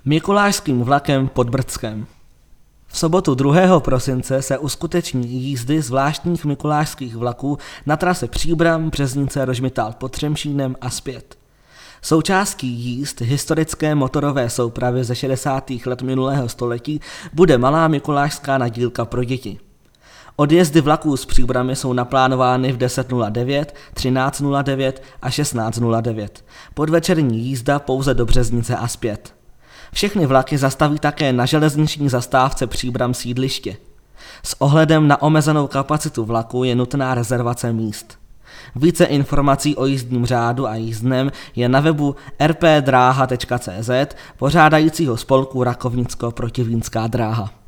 Mikulášským vlakem pod Brdskem. V sobotu 2. prosince se uskuteční jízdy zvláštních mikulášských vlaků na trase Příbram, Březnice, Rožmitál pod Třemšínem a zpět. Součástí jízd historické motorové soupravy ze 60. let minulého století bude malá mikulášská nadílka pro děti. Odjezdy vlaků z Příbramy jsou naplánovány v 10:09, 13:09 a 16:09. Podvečerní jízda pouze do Březnice a zpět. Všechny vlaky zastaví také na železniční zastávce Příbram sídliště. S ohledem na omezenou kapacitu vlaku je nutná rezervace míst. Více informací o jízdním řádu a jízdném je na webu rpdráha.cz pořádajícího spolku Rakovnicko-Protivínská dráha.